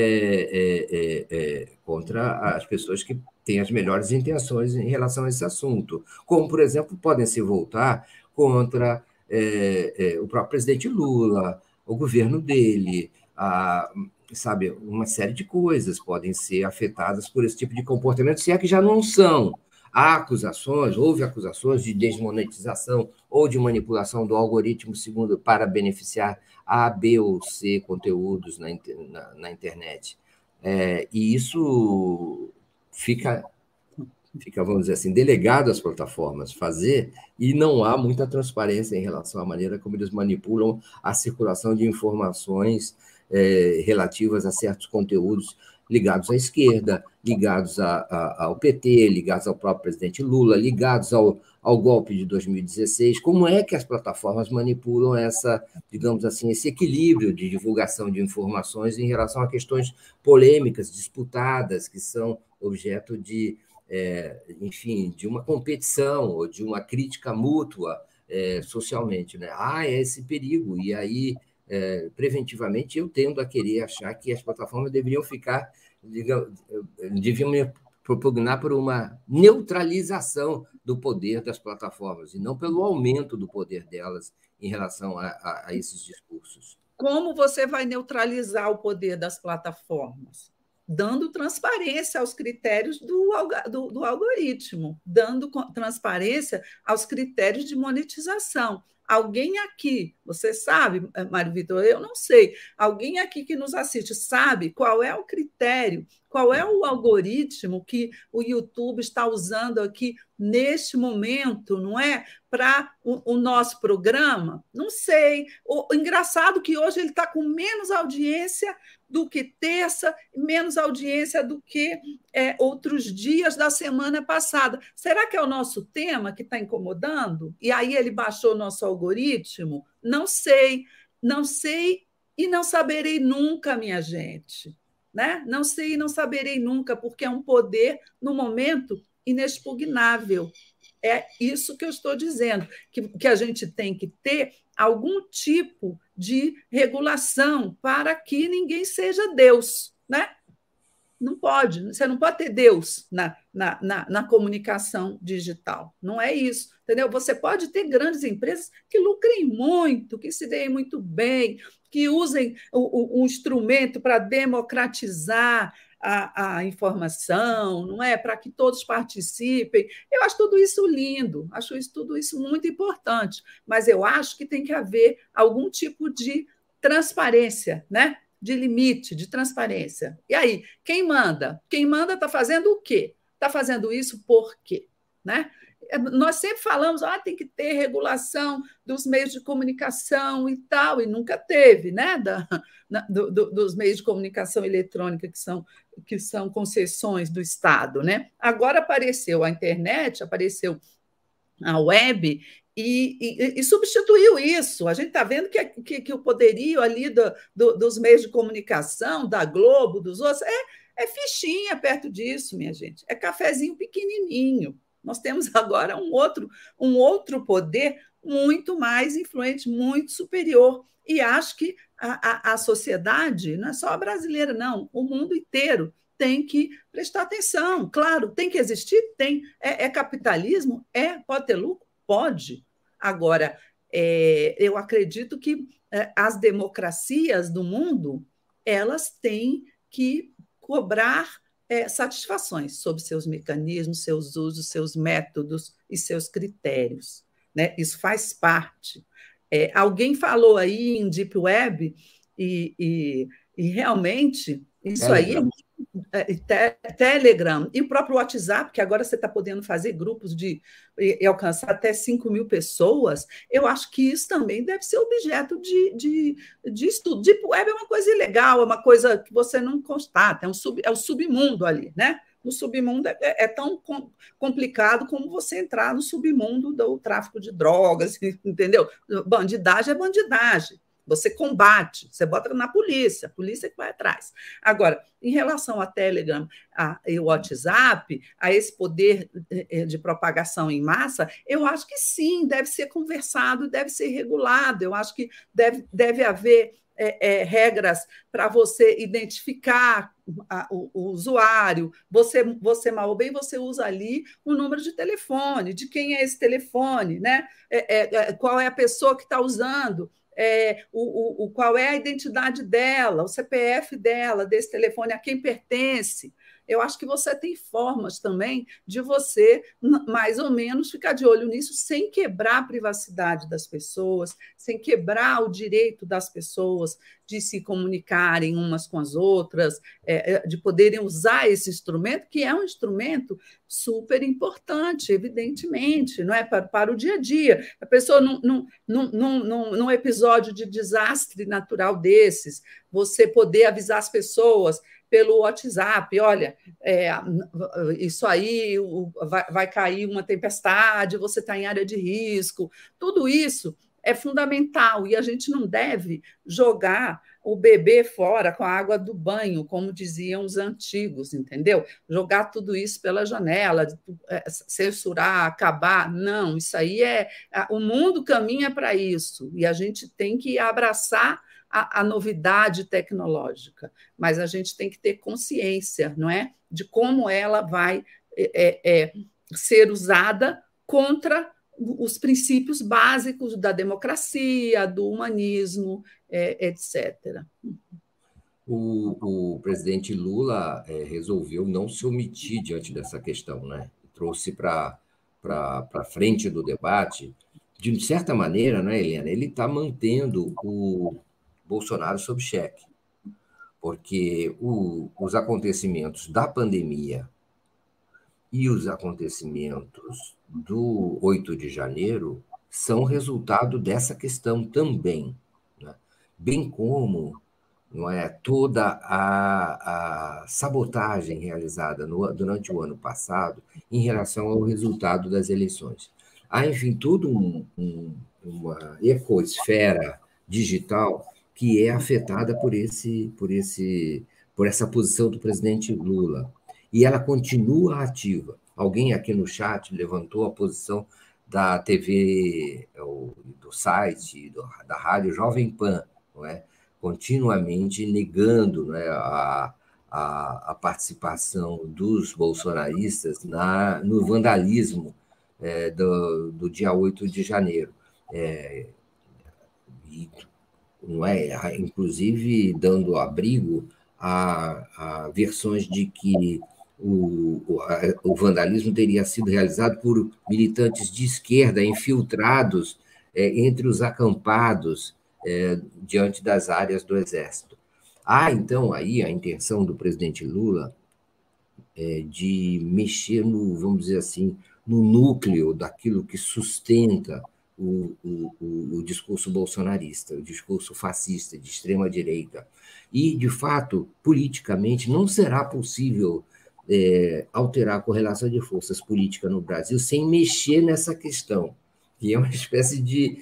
as pessoas que têm as melhores intenções em relação a esse assunto, como, por exemplo, podem se voltar contra o próprio presidente Lula, o governo dele, sabe, uma série de coisas podem ser afetadas por esse tipo de comportamento, se é que já não são. Houve acusações de desmonetização ou de manipulação do algoritmo para beneficiar A, B ou C conteúdos na internet. E isso fica, vamos dizer assim, delegado às plataformas fazer, e não há muita transparência em relação à maneira como eles manipulam a circulação de informações relativas a certos conteúdos ligados à esquerda, ligados ao PT, ligados ao próprio presidente Lula, ligados ao golpe de 2016. Como é que as plataformas manipulam digamos assim, esse equilíbrio de divulgação de informações em relação a questões polêmicas, disputadas, que são objeto enfim, de uma competição ou de uma crítica mútua socialmente, né? Há esse perigo, e aí, preventivamente, eu tendo a querer achar que as plataformas deveriam propugnar por uma neutralização do poder das plataformas, e não pelo aumento do poder delas em relação a esses discursos. Como você vai neutralizar o poder das plataformas? Dando transparência aos critérios do algoritmo, dando transparência aos critérios de monetização. Alguém aqui, você sabe, Mário Vitor, eu não sei, alguém aqui que nos assiste sabe qual é o critério, qual é o algoritmo que o YouTube está usando aqui neste momento, não é? Para o nosso programa? Não sei. O engraçado é que hoje ele está com menos audiência do que terça, menos audiência do que outros dias da semana passada. Será que é o nosso tema que está incomodando? E aí ele baixou o nosso algoritmo? Não sei, não sei e não saberei nunca, minha gente. Né? Não sei e não saberei nunca, porque é um poder, no momento, inexpugnável. É isso que eu estou dizendo, que a gente tem que ter algum tipo de regulação para que ninguém seja Deus, né? Não pode, você não pode ter Deus na comunicação digital. Não é isso, entendeu? Você pode ter grandes empresas que lucrem muito, que se deem muito bem, que usem o instrumento para democratizar a informação, não é? Para que todos participem. Eu acho tudo isso lindo, acho tudo isso muito importante, mas eu acho que tem que haver algum tipo de transparência, né? De limite, de transparência. E aí, quem manda? Quem manda está fazendo o quê? Está fazendo isso por quê? Né? Nós sempre falamos, tem que ter regulação dos meios de comunicação e tal, e nunca teve, né? Dos meios de comunicação eletrônica que são concessões do Estado, né? Agora apareceu a internet, apareceu a web, e substituiu isso. A gente está vendo que o poderio ali dos meios de comunicação, da Globo, dos outros, é fichinha perto disso, minha gente. É cafezinho pequenininho. Nós temos agora um outro poder muito mais influente, muito superior. E acho que a sociedade, não é só a brasileira, não, o mundo inteiro tem que prestar atenção. Claro, tem que existir? Tem. É capitalismo? Pode ter lucro? Pode. Agora, eu acredito que as democracias do mundo elas têm que cobrar satisfações sobre seus mecanismos, seus usos, seus métodos e seus critérios. Né? Isso faz parte. Alguém falou aí em Deep Web e realmente isso aí Telegram e o próprio WhatsApp, que agora você está podendo fazer grupos e alcançar até 5.000 pessoas, eu acho que isso também deve ser objeto de estudo. Deep Web é uma coisa ilegal, é uma coisa que você não constata, é o submundo ali, né? No submundo é tão complicado como você entrar no submundo do tráfico de drogas, entendeu? Bandidagem é bandidagem. Você combate, você bota na polícia, a polícia que vai atrás. Agora, em relação a Telegram e o WhatsApp, a esse poder de propagação em massa, eu acho que sim, deve ser conversado, deve ser regulado. Eu acho que deve haver regras para você identificar o usuário. Você mal ou bem, você usa ali o número de telefone, de quem é esse telefone, né? Qual é a pessoa que está usando. Qual é a identidade dela, o CPF dela, desse telefone, a quem pertence. Eu acho que você tem formas também de você, mais ou menos, ficar de olho nisso sem quebrar a privacidade das pessoas, sem quebrar o direito das pessoas de se comunicarem umas com as outras, de poderem usar esse instrumento, que é um instrumento super importante, evidentemente, não é para o dia a dia. A pessoa, num episódio de desastre natural desses, você poder avisar as pessoas pelo WhatsApp, olha, isso aí vai cair uma tempestade, você está em área de risco, tudo isso é fundamental e a gente não deve jogar o bebê fora com a água do banho, como diziam os antigos, entendeu? Jogar tudo isso pela janela, censurar, acabar, não, isso aí o mundo caminha para isso e a gente tem que abraçar a novidade tecnológica, mas a gente tem que ter consciência, não é, de como ela vai ser usada contra os princípios básicos da democracia, do humanismo, etc. O presidente Lula resolveu não se omitir diante dessa questão, né? Trouxe para frente do debate, de certa maneira, né, Helena? Ele está mantendo o Bolsonaro sob cheque, porque os acontecimentos da pandemia e os acontecimentos do 8 de janeiro são resultado dessa questão também, né? Bem como não é, toda a sabotagem realizada durante o ano passado em relação ao resultado das eleições. Há, enfim, toda uma ecosfera digital que é afetada por essa posição do presidente Lula. E ela continua ativa. Alguém aqui no chat levantou a posição da TV, do site, da rádio Jovem Pan, não é? Continuamente negando, né, a participação dos bolsonaristas no vandalismo do dia 8 de janeiro. E, não é, inclusive dando abrigo a versões de que o vandalismo teria sido realizado por militantes de esquerda infiltrados entre os acampados diante das áreas do Exército. Há, então, aí a intenção do presidente Lula de mexer vamos dizer assim, no núcleo daquilo que sustenta o discurso bolsonarista, o discurso fascista, de extrema-direita. E, de fato, politicamente, não será possível alterar a correlação de forças políticas no Brasil sem mexer nessa questão, que é uma espécie de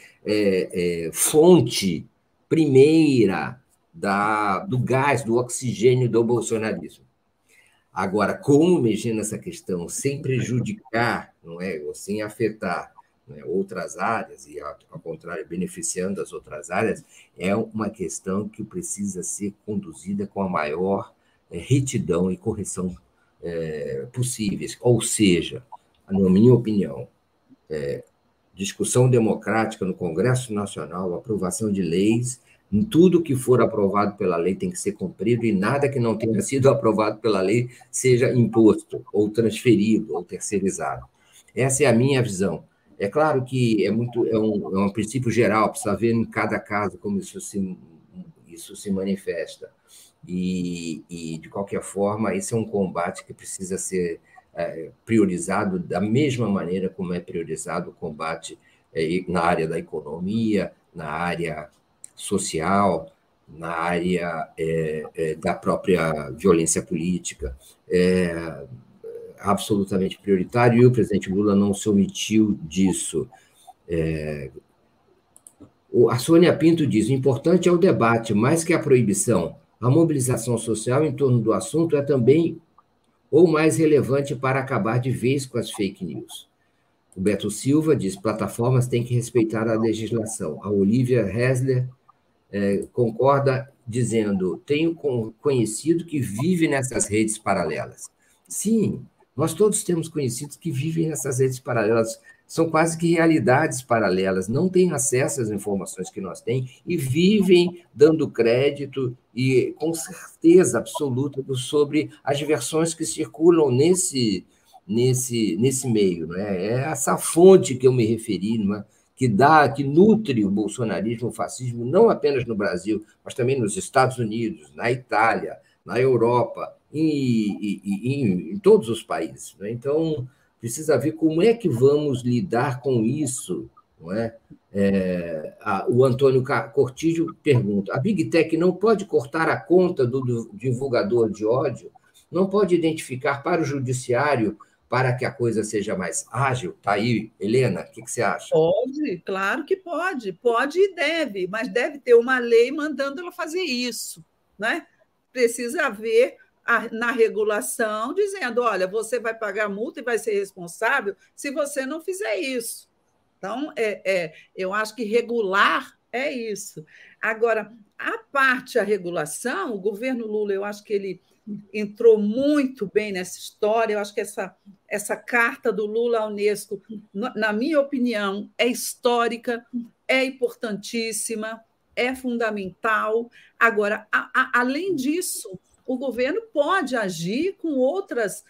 fonte primeira do gás, do oxigênio do bolsonarismo. Agora, como mexer nessa questão sem prejudicar, não é, ou sem afetar, né, outras áreas, e, ao contrário, beneficiando as outras áreas, é uma questão que precisa ser conduzida com a maior retidão e correção possíveis. Ou seja, na minha opinião, discussão democrática no Congresso Nacional, aprovação de leis, tudo que for aprovado pela lei tem que ser cumprido e nada que não tenha sido aprovado pela lei seja imposto, ou transferido, ou terceirizado. Essa é a minha visão. É claro que é um princípio geral, precisa ver em cada caso como isso se manifesta. E, de qualquer forma, esse é um combate que precisa ser priorizado da mesma maneira como é priorizado o combate na área da economia, na área social, na área da própria violência política. É absolutamente prioritário, e o presidente Lula não se omitiu disso. A Sônia Pinto diz: o importante é o debate, mais que a proibição. A mobilização social em torno do assunto é também ou mais relevante para acabar de vez com as fake news. O Beto Silva diz: plataformas têm que respeitar a legislação. A Olivia Hessler concorda, dizendo: tenho conhecido que vive nessas redes paralelas. Sim, nós todos temos conhecidos que vivem nessas redes paralelas, são quase que realidades paralelas, não têm acesso às informações que nós temos e vivem dando crédito e com certeza absoluta sobre as versões que circulam nesse meio. Não é? É essa fonte que eu me referi, não é? Que nutre o bolsonarismo, o fascismo, não apenas no Brasil, mas também nos Estados Unidos, na Itália, na Europa, em todos os países. Né? Então, precisa ver como é que vamos lidar com isso, não é? O Antônio Cortijo pergunta: a Big Tech não pode cortar a conta do divulgador de ódio? Não pode identificar para o judiciário para que a coisa seja mais ágil? Está aí, Helena, o que você acha? Pode, claro que pode e deve, mas deve ter uma lei mandando ela fazer isso, né? Precisa haver na regulação dizendo: olha, você vai pagar multa e vai ser responsável se você não fizer isso. Então, eu acho que regular é isso. Agora, a regulação, o governo Lula, eu acho que ele entrou muito bem nessa história. Eu acho que essa carta do Lula à Unesco, na minha opinião, é histórica, é importantíssima, é fundamental. Agora, além disso, o governo pode agir com outras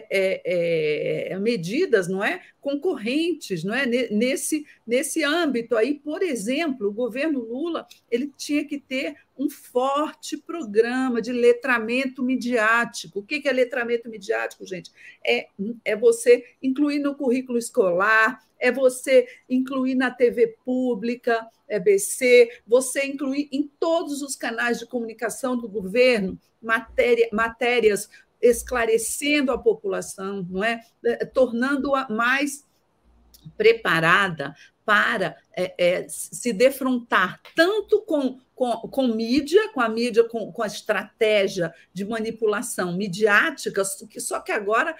medidas, não é, concorrentes, não é, nesse âmbito aí. Por exemplo, o governo Lula ele tinha que ter um forte programa de letramento midiático. O que é letramento midiático, gente? É você incluir no currículo escolar, é você incluir na TV pública, EBC, você incluir em todos os canais de comunicação do governo matérias esclarecendo a população, não é? Tornando-a mais preparada para se defrontar tanto com mídia, com a estratégia de manipulação midiática, só que agora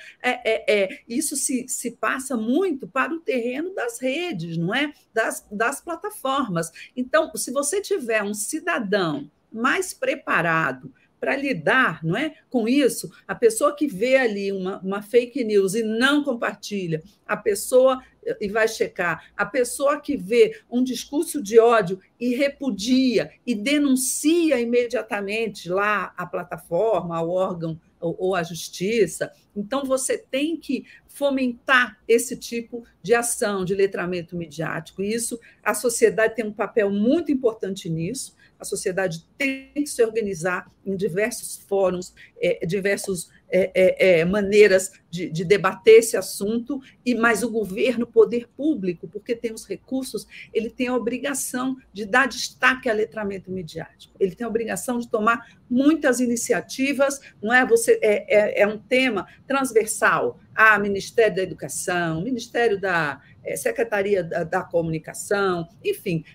isso se passa muito para o terreno das redes, não é? Das plataformas. Então, se você tiver um cidadão mais preparado para lidar, não é, com isso, a pessoa que vê ali uma fake news e não compartilha, a pessoa e vai checar, a pessoa que vê um discurso de ódio e repudia e denuncia imediatamente lá a plataforma, o órgão ou a justiça. Então, você tem que fomentar esse tipo de ação de letramento midiático. E isso, a sociedade tem um papel muito importante nisso. A sociedade tem que se organizar em diversos fóruns, diversas maneiras de debater esse assunto, mas o governo, o poder público, porque tem os recursos, ele tem a obrigação de dar destaque ao letramento midiático, ele tem a obrigação de tomar muitas iniciativas, não é? É um tema transversal a Ministério da Educação, Ministério da Secretaria da Comunicação, enfim,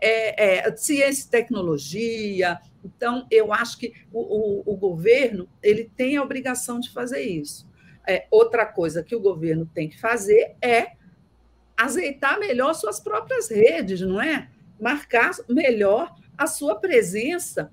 ciência e tecnologia. Então, eu acho que o governo ele tem a obrigação de fazer isso. Outra coisa que o governo tem que fazer é azeitar melhor suas próprias redes, não é? Marcar melhor a sua presença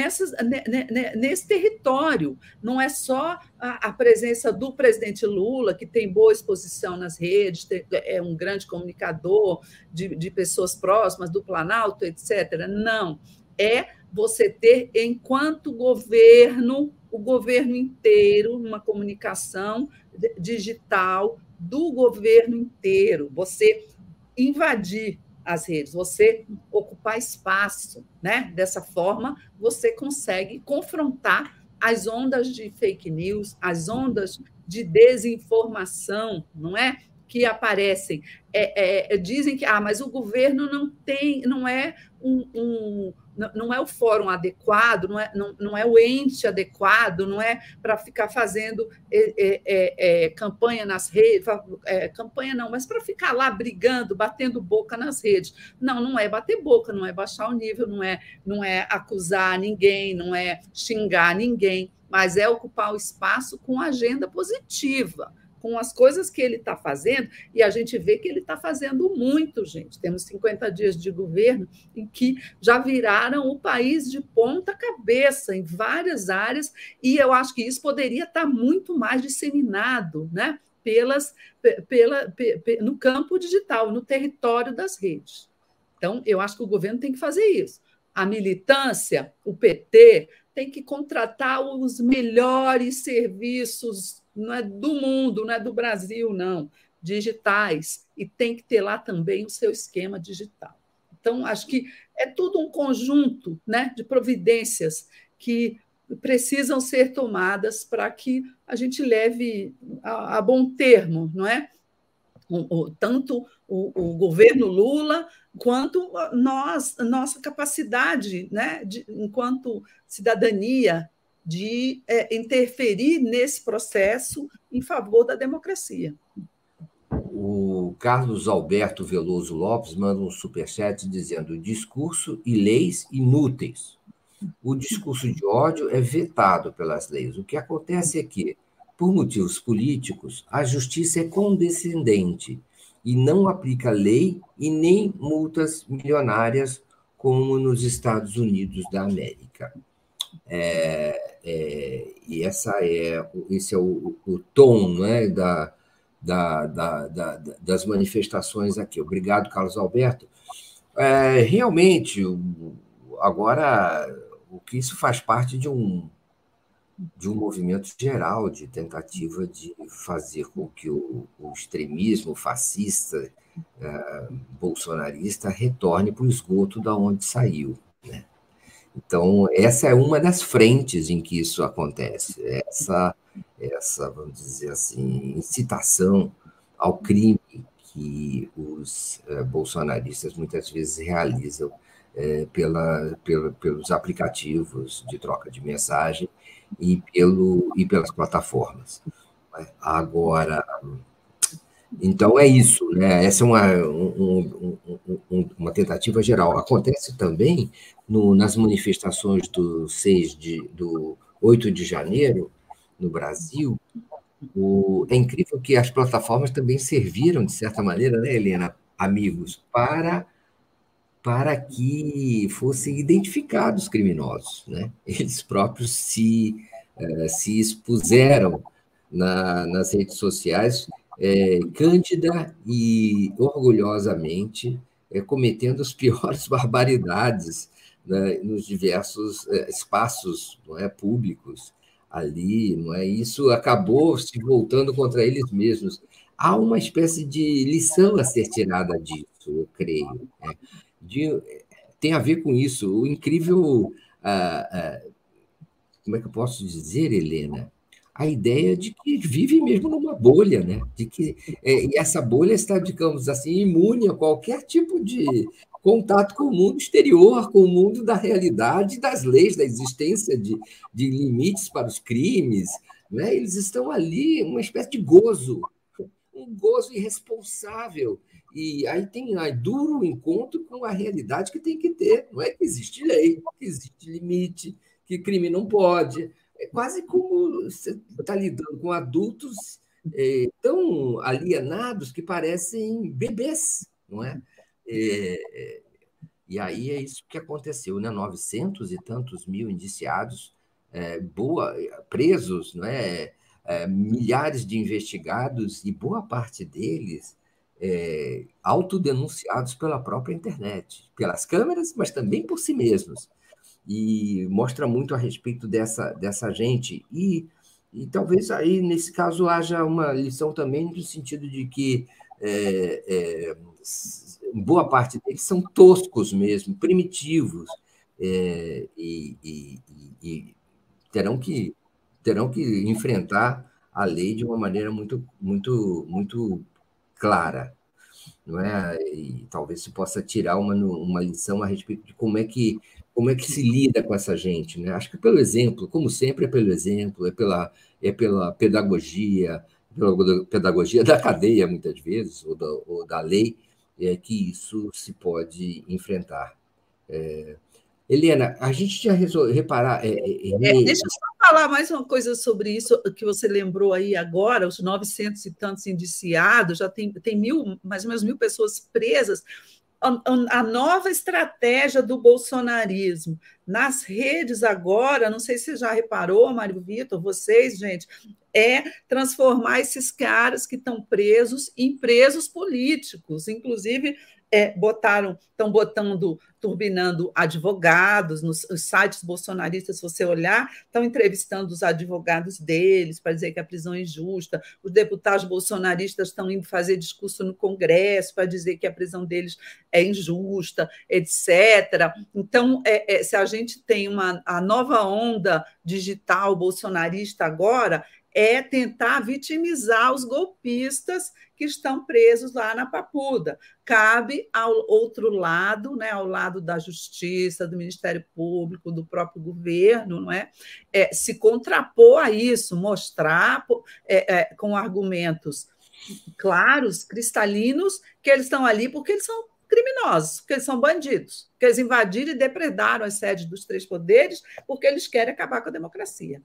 nesse território. Não é só a presença do presidente Lula, que tem boa exposição nas redes, é um grande comunicador de pessoas próximas do Planalto, etc. Não. É você ter, enquanto governo, o governo inteiro, uma comunicação digital do governo inteiro, você invadir as redes, você ocupar espaço, né? Dessa forma, você consegue confrontar as ondas de fake news, as ondas de desinformação, não é? Que aparecem. Dizem que mas o governo não é não é o fórum adequado, não é o ente adequado, não é para ficar fazendo campanha nas redes, campanha não, mas para ficar lá brigando, batendo boca nas redes. Não é bater boca, não é baixar o nível, não é acusar ninguém, não é xingar ninguém, mas é ocupar o espaço com agenda positiva, com as coisas que ele está fazendo, e a gente vê que ele está fazendo muito, gente. Temos 50 dias de governo em que já viraram o país de ponta cabeça em várias áreas, e eu acho que isso poderia estar muito mais disseminado, né, no campo digital, no território das redes. Então, eu acho que o governo tem que fazer isso. A militância, o PT, tem que contratar os melhores serviços, não é do mundo, não é do Brasil, não, digitais, e tem que ter lá também o seu esquema digital. Então, acho que é tudo um conjunto, né, de providências que precisam ser tomadas para que a gente leve a bom termo, não é? tanto o governo Lula quanto nossa capacidade, né, enquanto cidadania, de interferir nesse processo em favor da democracia. O Carlos Alberto Veloso Lopes manda um superchat dizendo: discurso e leis inúteis. O discurso de ódio é vetado pelas leis. O que acontece é que, por motivos políticos, a justiça é condescendente e não aplica lei e nem multas milionárias como nos Estados Unidos da América. E esse é o tom, né, das manifestações aqui. Obrigado, Carlos Alberto. Realmente, agora, o que isso faz parte de um movimento geral de tentativa de fazer com que o extremismo fascista, bolsonarista, retorne para o esgoto da onde saiu, né? Então, essa é uma das frentes em que isso acontece, essa vamos dizer assim, incitação ao crime que os bolsonaristas muitas vezes realizam pelos aplicativos de troca de mensagem e pelas plataformas. Agora, então é isso, né? Essa é uma tentativa geral. Acontece também nas manifestações do 8 de janeiro, no Brasil. É incrível que as plataformas também serviram, de certa maneira, né, Helena, amigos, para que fossem identificados criminosos, né? Eles próprios se expuseram nas redes sociais, cândida e orgulhosamente, cometendo as piores barbaridades, né, nos diversos espaços, não é, públicos ali, não é? Isso acabou se voltando contra eles mesmos. Há uma espécie de lição a ser tirada disso, eu creio, né? Tem a ver com isso. O incrível, como é que eu posso dizer, Helena? A ideia de que vive mesmo numa bolha, né? De que e essa bolha está, digamos assim, imune a qualquer tipo de contato com o mundo exterior, com o mundo da realidade, das leis, da existência de limites para os crimes, né? Eles estão ali, uma espécie de gozo, um gozo irresponsável. E aí tem duro encontro com a realidade que tem que ter. Não é que existe lei, que existe limite, que crime não pode. É quase como você está lidando com adultos tão alienados que parecem bebês, não é? E aí é isso que aconteceu, né? 900 e tantos mil indiciados, presos, não é? Milhares de investigados e boa parte deles autodenunciados pela própria internet, pelas câmeras, mas também por si mesmos. E mostra muito a respeito dessa gente. E talvez aí, nesse caso, haja uma lição também no sentido de que boa parte deles são toscos mesmo, primitivos, e terão que enfrentar a lei de uma maneira muito, muito, muito clara, não é? E talvez se possa tirar uma lição a respeito de como é que se lida com essa gente, né? Acho que pelo exemplo, como sempre, é pelo exemplo, é pela pedagogia da cadeia, muitas vezes, ou da lei, que isso se pode enfrentar. Helena, a gente já reparar. Deixa eu só falar mais uma coisa sobre isso que você lembrou aí agora, os 900 e tantos indiciados, já tem mais ou menos 1.000 pessoas presas. A nova estratégia do bolsonarismo nas redes agora, não sei se você já reparou, Mário Vitor, vocês, gente, é transformar esses caras que estão presos em presos políticos. Inclusive, estão turbinando advogados nos sites bolsonaristas, se você olhar, estão entrevistando os advogados deles para dizer que a prisão é injusta. Os deputados bolsonaristas estão indo fazer discurso no Congresso para dizer que a prisão deles é injusta, etc. Então, se a gente tem a nova onda digital bolsonarista agora, é tentar vitimizar os golpistas que estão presos lá na Papuda. Cabe ao outro lado, né, ao lado da Justiça, do Ministério Público, do próprio governo, não é? Se contrapor a isso, mostrar com argumentos claros, cristalinos, que eles estão ali porque eles são criminosos, porque eles são bandidos, porque eles invadiram e depredaram as sedes dos três poderes porque eles querem acabar com a democracia.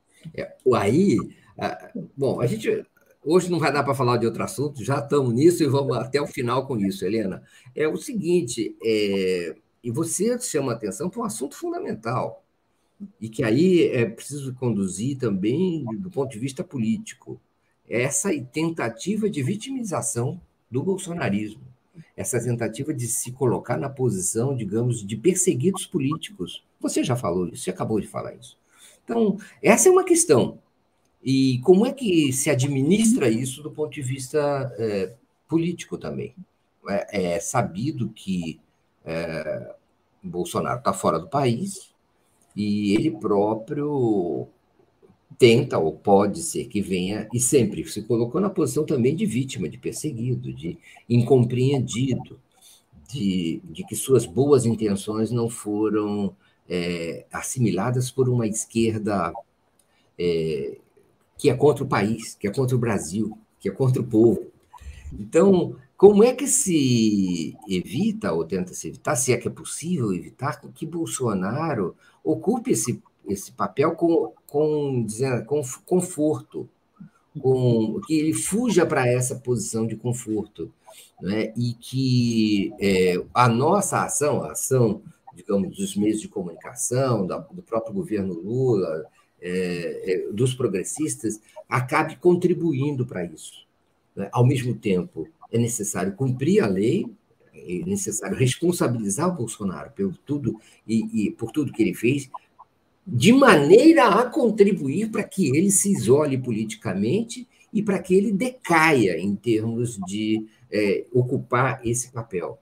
Aí, bom, a gente hoje não vai dar para falar de outro assunto, já estamos nisso e vamos até o final com isso, Helena. É o seguinte, e você chama a atenção para um assunto fundamental, e que aí é preciso conduzir também do ponto de vista político, essa tentativa de vitimização do bolsonarismo, essa tentativa de se colocar na posição, digamos, de perseguidos políticos. Você já falou isso, você acabou de falar isso. Então, essa é uma questão. E como é que se administra isso do ponto de vista político também? É sabido que Bolsonaro está fora do país e ele próprio tenta, ou pode ser que venha, e sempre se colocou na posição também de vítima, de perseguido, de incompreendido, de que suas boas intenções não foram assimiladas por uma esquerda que é contra o país, que é contra o Brasil, que é contra o povo. Então, como é que se evita, ou tenta se evitar, se é que é possível evitar, que Bolsonaro ocupe esse papel com conforto, que ele fuja para essa posição de conforto, né? E que a nossa ação, a ação, digamos, dos meios de comunicação, do próprio governo Lula, dos progressistas, acabe contribuindo para isso, né? Ao mesmo tempo, é necessário cumprir a lei, é necessário responsabilizar o Bolsonaro por tudo que ele fez, de maneira a contribuir para que ele se isole politicamente e para que ele decaia em termos de ocupar esse papel.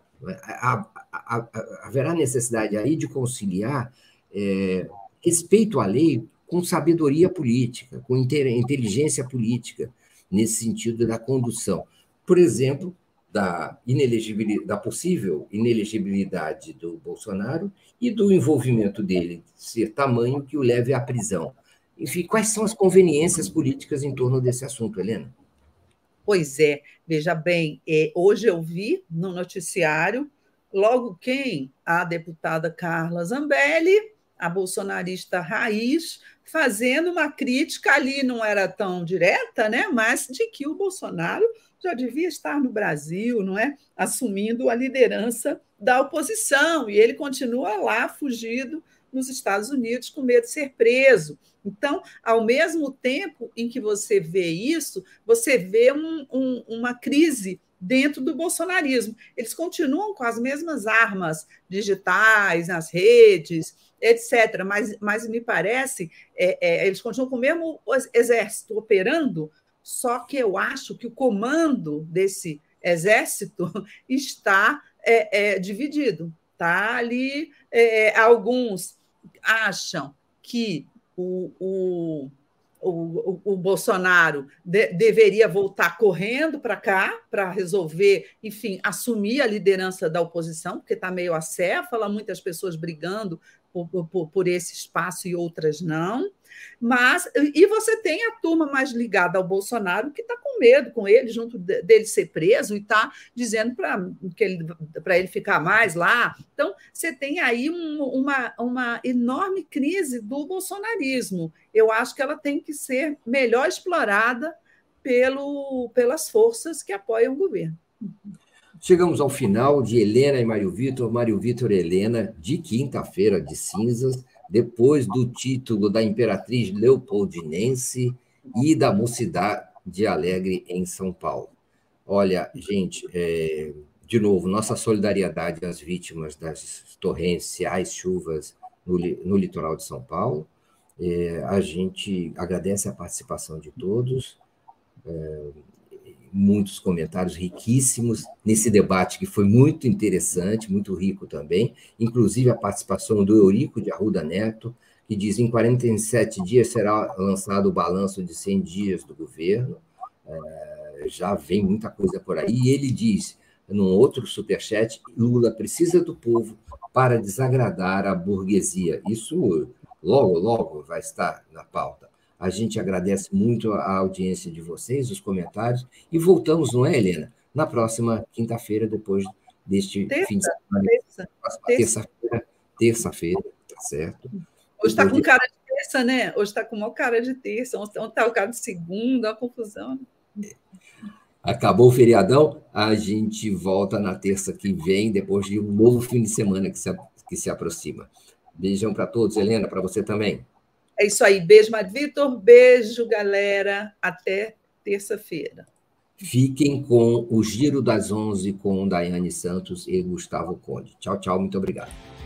Haverá necessidade aí de conciliar respeito à lei com sabedoria política, com inteligência política, nesse sentido da condução. Por exemplo, da possível inelegibilidade do Bolsonaro e do envolvimento dele ser tamanho que o leve à prisão. Enfim, quais são as conveniências políticas em torno desse assunto, Helena? Pois é, veja bem, hoje eu vi no noticiário, logo quem? A deputada Carla Zambelli, a bolsonarista raiz, fazendo uma crítica ali, não era tão direta, né? Mas de que o Bolsonaro já devia estar no Brasil, não é? Assumindo a liderança da oposição, e ele continua lá, fugido nos Estados Unidos, com medo de ser preso. Então, ao mesmo tempo em que você vê isso, você vê uma crise dentro do bolsonarismo. Eles continuam com as mesmas armas digitais, nas redes, etc. Mas me parece, eles continuam com o mesmo exército operando, só que eu acho que o comando desse exército está dividido. Tá ali, alguns acham que o Bolsonaro deveria voltar correndo para cá para resolver, enfim, assumir a liderança da oposição, porque está meio acéfala, muitas pessoas brigando por esse espaço e outras não. E você tem a turma mais ligada ao Bolsonaro que está com medo com ele, junto dele ser preso, e está dizendo para ele ficar mais lá. Então, você tem aí uma enorme crise do bolsonarismo. Eu acho que ela tem que ser melhor explorada pelas forças que apoiam o governo. Chegamos ao final de Helena e Mário Vitor e Helena, de quinta-feira de cinzas, depois do título da Imperatriz Leopoldinense e da Mocidade Alegre em São Paulo. Olha, gente, de novo, nossa solidariedade às vítimas das torrenciais chuvas no litoral de São Paulo. A gente agradece a participação de todos, muitos comentários riquíssimos nesse debate que foi muito interessante, muito rico também, inclusive a participação do Eurico de Arruda Neto, que diz: em 47 dias será lançado o balanço de 100 dias do governo. Já vem muita coisa por aí. E ele diz, num outro superchat, Lula precisa do povo para desagradar a burguesia. Isso logo, logo vai estar na pauta. A gente agradece muito a audiência de vocês, os comentários, e voltamos, não é, Helena? Na próxima quinta-feira, depois deste fim de semana. Terça-feira, tá certo? Hoje está com cara de terça, né? Hoje está com uma cara de terça, ontem está com cara de segunda, uma confusão. Acabou o feriadão, a gente volta na terça que vem, depois de um novo fim de semana que se aproxima. Beijão para todos, Helena, para você também. É isso aí. Beijo, Mário Vitor. Beijo, galera. Até terça-feira. Fiquem com o Giro das 11 com Daiane Santos e Gustavo Conde. Tchau, tchau. Muito obrigado.